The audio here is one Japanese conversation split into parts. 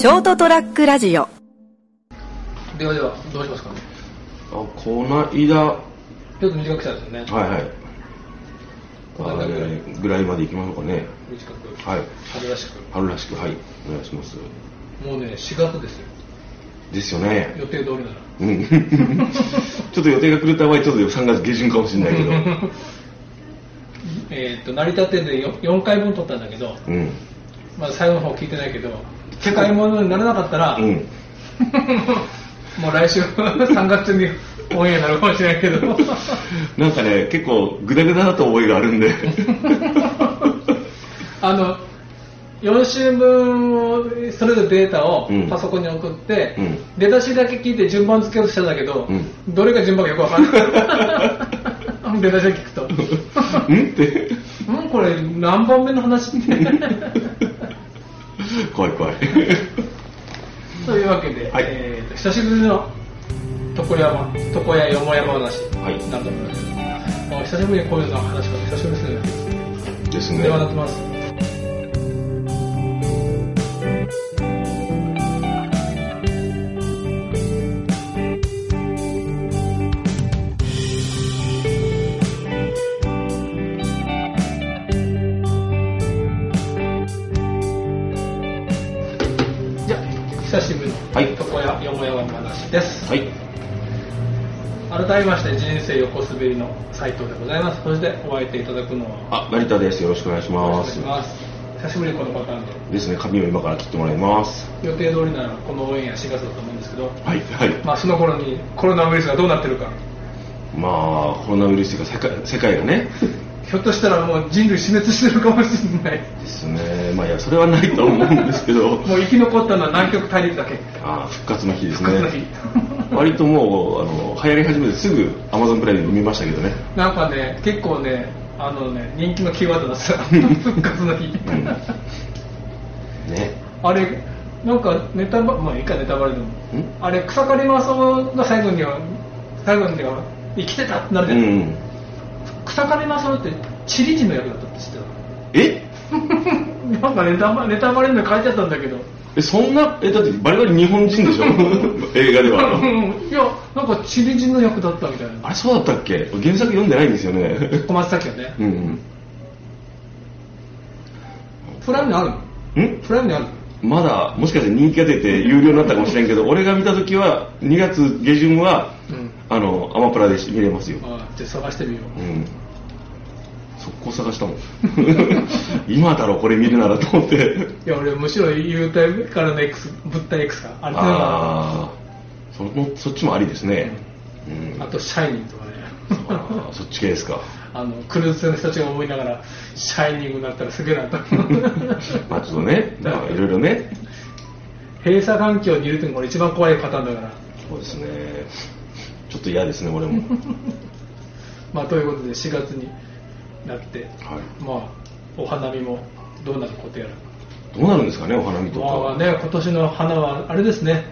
ショートトラックラジオ。 ではどうしますかね。 この間ちょっと短くしたんですよね。 はいはい。ぐらいまで行きましょうかね。 短く。 はい。 春らしく。 春らしく、はい。お願いします。 もうね、4月ですよ。 ですよね。 予定通りなら。 うん。ちょっと予定が狂った場合、ちょっと3月下旬かもしれないけど。成り立てで4回分撮ったんだけど、 うん。 まだ最後の方聞いてないけど、世界ものにならなかったら、 うん。 もう来週3月にオンエアになるかもしれないけどなんかね、結構グダグダだと覚えがあるんで 4週分をそれぞれデータをパソコンに送って、 うん、 出だしだけ聞いて順番付けようとしたんだけど、 うん、 どれが順番かよくわかんない出だしだけ聞くとうんってこれ何番目の話怖い怖いというわけで、 はい、 久しぶりの床屋よもやま話なんだと思います、久しぶりにこういうの話が久しぶりですね。ではなってます。久しぶりの床屋よもやま話です。はい。改めまして人生横滑りの斉藤でございます。そしてお会いいただくのは成田です。よろしくお願いします。 久しぶりにこのパターンでですね。髪を今から切ってもらいます。 予定通りならこのオンエア4月だと思うんですけど、 はいはい。 まあその頃にコロナウイルスがどうなってるか。 まあコロナウイルスが世界がね。 ひょっとしたらもう人類死滅してるかもしれないですね。まあいやそれはないと思うんですけどもう生き残ったのは南極大陸だけ。 復活の日ですね。割ともう流行り始めてすぐ Amazon プライムで見ましたけどね。 なんかね結構ね人気のキーワードだった復活の日、ね。あれなんかネタバレでもあれ草刈正雄が最後には生きてたってなるじゃないですか、草刈正雄ってチリ人の役だったって知ってた？なんかネタバレで書いてあったんだけど。 そんなだってバリバリ日本人でしょ映画では。 いやなんかチリ人の役だったみたいな。 あれそうだったっけ？原作読んでないんですよね。 小松崎はね。プライムにあるの？プライムにあるの？ まだもしかして人気が出て有料になったかもしれんけど俺が見た時は2月下旬は、アマプラで見れますよ。 じゃあ探してみよう。 速攻探したもん今だろこれ見るならと思って。 いや俺むしろ幽体からの物体 X かあれそっちもありですね、 あとシャイニングとかねそっち系ですか。 クルーズ船の人たちが思いながらシャイニングになったらすげえなとまあちょっとねいろいろね閉鎖環境にいるというのがこれ一番怖いパターンだから。 そうですねちょっと嫌ですね俺もまあということで4月になって、まあお花見もどうなることやら。 どうなるんですかねお花見とか。 まあね今年の花はあれですね、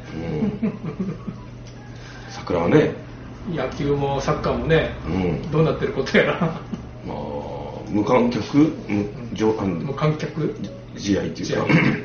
桜はね野球もサッカーもね、どうなってることやら。まあ無観客無観客試合っていうか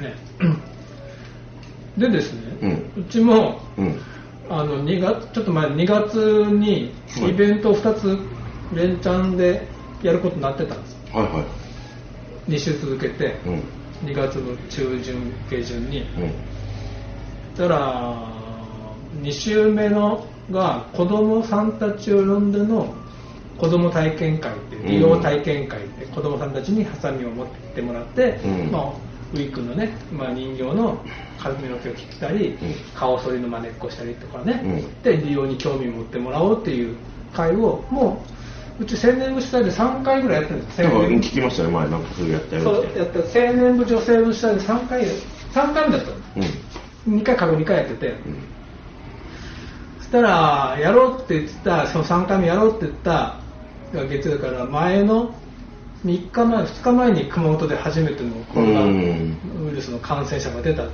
でですね、うちも、2月ちょっと前2月にイベントを2つ連チャンでやることになってたんです。2週続けて、2月の中旬下旬に、だから2週目のが子供さんたちを呼んでの子供体験会っていう利用体験会で子供さんたちにハサミを持ってもらって、ウィッグのね、人形の髪の毛を切ったり、顔剃りの真似っこしたりとかね、で利用に興味を持ってもらおうっていう会をもううち青年部主体で3回ぐらいやってるんですよ。 聞きましたね前なんかそうやったよって。 そうやった青年部女性部主体で3回目だったの、2回過去2回やってて、そしたらやろうって言ってたその3回目やろうって言った月曜から前の2日前に熊本で初めてのコロナウイルスの感染者が出たって、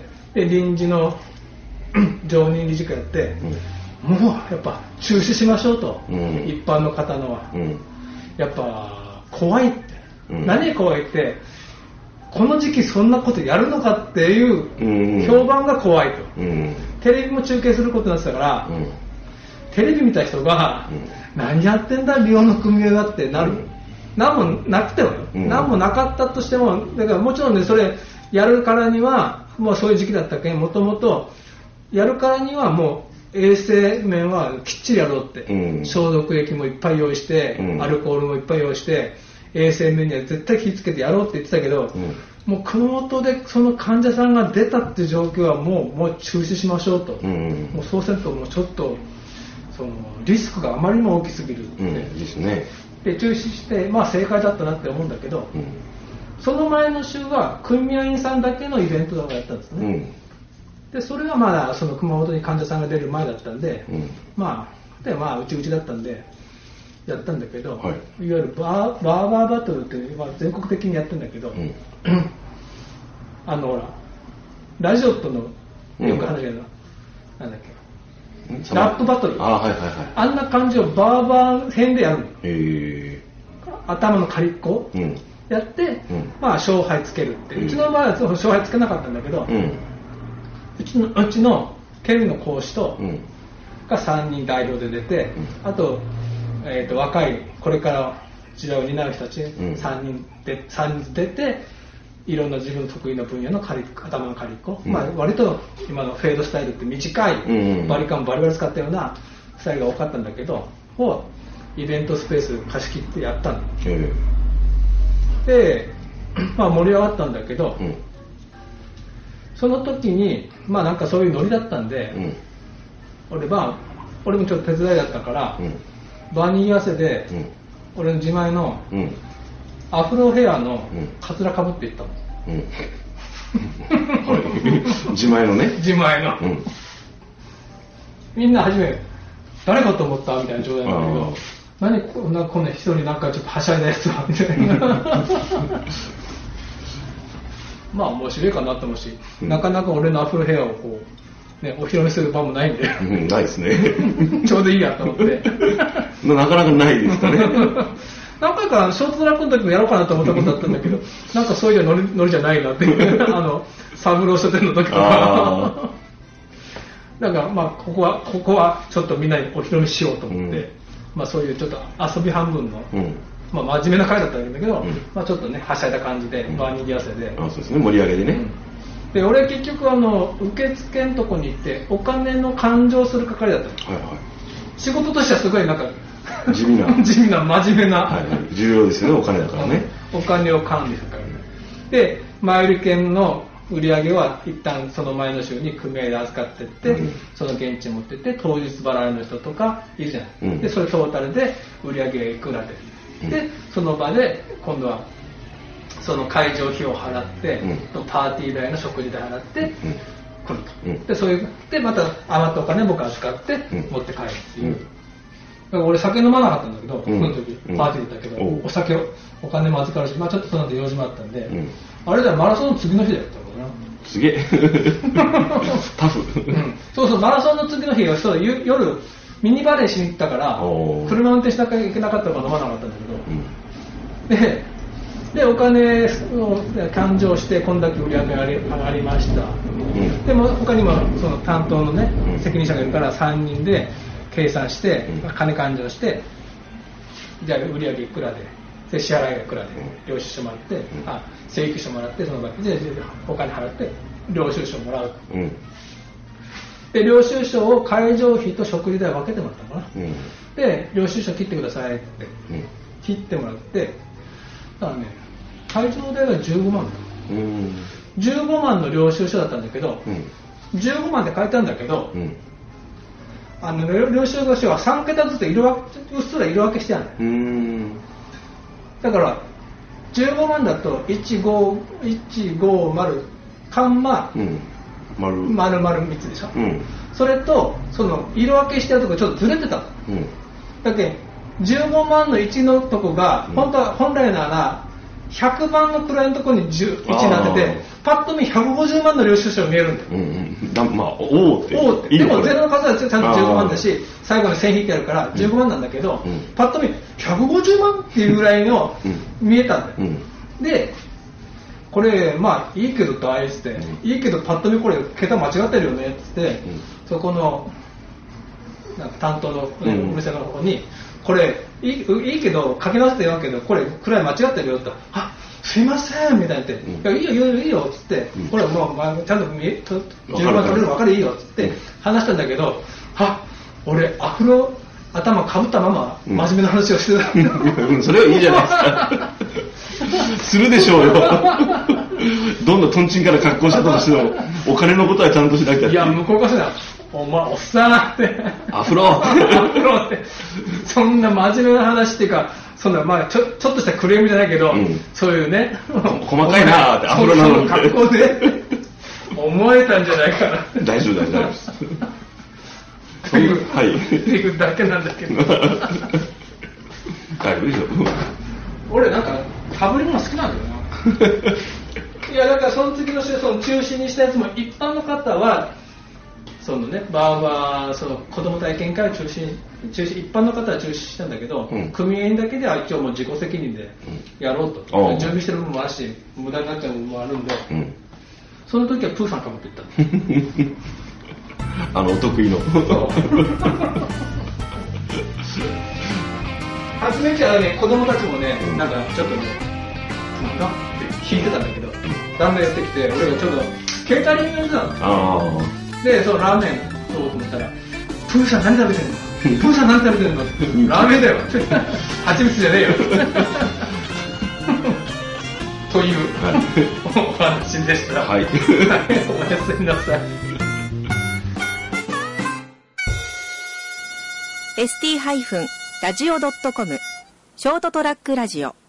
で臨時の常任理事会やって、もうやっぱ中止しましょうと、一般の方のは、やっぱ怖いって、何が怖いってこの時期そんなことやるのかっていう評判が怖いと、テレビも中継することになってたから、テレビ見た人が、何やってんだリオの組合がってなる、何もなくてもよ、何もなかったとしても、だからもちろんね、それやるからにはもうそういう時期だったけん、もともとやるからにはもう衛生面はきっちりやろうって、消毒液もいっぱい用意して、アルコールもいっぱい用意して、衛生面には絶対気をつけてやろうって言ってたけど、もう熊本でその患者さんが出たっていう状況はもう中止しましょうと、もうそうするともうちょっとそのリスクがあまりにも大きすぎるって、 ですね。 で中止して、まあ正解だったなって思うんだけど、その前の週は組合員さんだけのイベントとかやったんですね、でそれがまだその熊本に患者さんが出る前だったんで、まあうちうちだったんでやったんだけど、いわゆるバーバトルっていう、まあ、全国的にやってるんだけど、ほらラジオットのよく話がなんだっけ、ラップバトル、あんな感じをバーバー編でやるの、頭の仮っこやって、まあ勝敗つけるって、うちの場合は勝敗つけなかったんだけど、うちの県の講師と、が3人代表で出て、あと、若いこれから時代を担う人たち3人出て、いろんな自分の得意な分野の頭の仮っこ、まあ、割と今のフェードスタイルって短いバリカンバリバリ使ったようなスタイルが多かったんだけど、をイベントスペース貸し切ってやったの、で、まあ、盛り上がったんだけど、その時にまあなんかそういうノリだったんで、俺もちょっと手伝いだったから、バニー汗で、俺の自前のアフロヘアのカツラかぶっていったの、 自前のね、 自前の、みんな初め誰かと思ったみたいな状態なんだけど、何こんな人になんかちょっとはしゃいだやつはみたいなまあ面白いかなと思うし、なかなか俺のアフロヘアをこう、ね、お披露目する場もないんで、 ないですねちょうどいいやと思ってなかなかないですかね何回かショートトラックの時もやろうかなと思ったことだったんだけどなんかそういうノリじゃないなってサブロー書店の時とかだからまあここはちょっとみんなにお披露目しようと思って、まあ、そういうちょっと遊び半分の、まあ、真面目な回だったんだけど、まあ、ちょっとねはしゃいだ感じで、バーニー汗で、 そうですね、盛り上げでね、 で俺結局受付のとこに行ってお金の勘定する係だったの、仕事としてはすごいなんか地味な真面目な、 重要ですよね、お金だからね、 お金を管理するからね。で前売り券の売り上げは一旦その前の週に組合で預かってって、その現地に持ってって当日払いの人とかいるじゃない、でそれトータルで売り上げいくらで、でその場で今度はその会場費を払って、パーティー代の食事代払って来ると、でそういうでまた余ったお金僕は預かって持って帰るっていう、だから俺酒飲まなかったんだけど、その時パーティーだったけど、お金も預かるし、まあ、ちょっとその後用事もあったんで、あれだよ、マラソンの次の日だよったのかな、 すげえタフ、 そうマラソンの次の日は夜ミニバレーしに行ったから車運転しなきゃいけなかったから飲まなかったんだけど、でお金を勘定してこんだけ売り上げ上がりました、でも他にもその担当のね、責任者がいるから3人で計算して金勘定して、じゃあ売り上げいくらで支払いがいくらで領収書もらって、請求書もらって、その場でお金払って領収書もらう、で領収書を会場費と食事代分けてもらったのかな、で領収書切ってくださいって、切ってもらって、だからね会場代が15万だ、15万の領収書だったんだけど、15万って書いてあるんだけど、領収書は3桁ずつうっすら色分けしてあるの、だから15万だと150カンマ丸々3つでしょ、それとその色分けしてあるとこちょっとずれてたの、だけど15万の1のとこが本来なら100万の位のところに1になってて、パッと見150万の領収書が見えるんだよ、まあおーってでもゼロの数はちゃんと15万だし、最後に線引いてあるから15万なんだけど、パッと見150万っていうぐらいの見えたんだよ、でここれまあいいけどとあいつって、いいけどパッと見これ桁間違ってるよねっつって、そこのなんか担当の、お店の方にこれいいけど書き直して言わんけどこれくらい間違ってるよと、あすいませんみたいに言って、いいよいいよっつって、これもうちゃんと10番取れるの分かるいいよっつって話したんだけど、俺アフロ頭かぶったまま真面目な話をしてた、 それはいいじゃないですか。するでしょうよ。どんなトンチンから格好したとしてもお金のことはちゃんとしなきゃ。 いや向こうからしたらお前おっさんってアフロってそんな真面目な話っていうか、そんなまあちょっとしたクレームじゃないけど、そういうね細かいなーってアフロなのに格好で思えたんじゃないかな。 大丈夫です。 っていうだけなんだけど。 大丈夫でしょ。 俺なんかかぶり物好きなんだよな。いやだからその次の週その中止にしたやつも一般の方はそのねバーバーその子供体験会を中止一般の方は中止したんだけど、組合員だけでは一応もう自己責任でやろうと、準備してる部分もあるし無駄になっちゃう部分もあるんで、その時はプーさんかぶっていった。 お得意の。 初めからね子供たちもね、なんかちょっとねなんだって引いてたんだけど、だんだんやってきて、俺がちょっとケータリングにさでそのラーメンそうと思ったら、プーさん何食べてんのプーさん何食べてんのラーメンだよ蜂蜜じゃねえよというお話でした。おやすみなさい。 ST-radio.com ショートトラックラジオ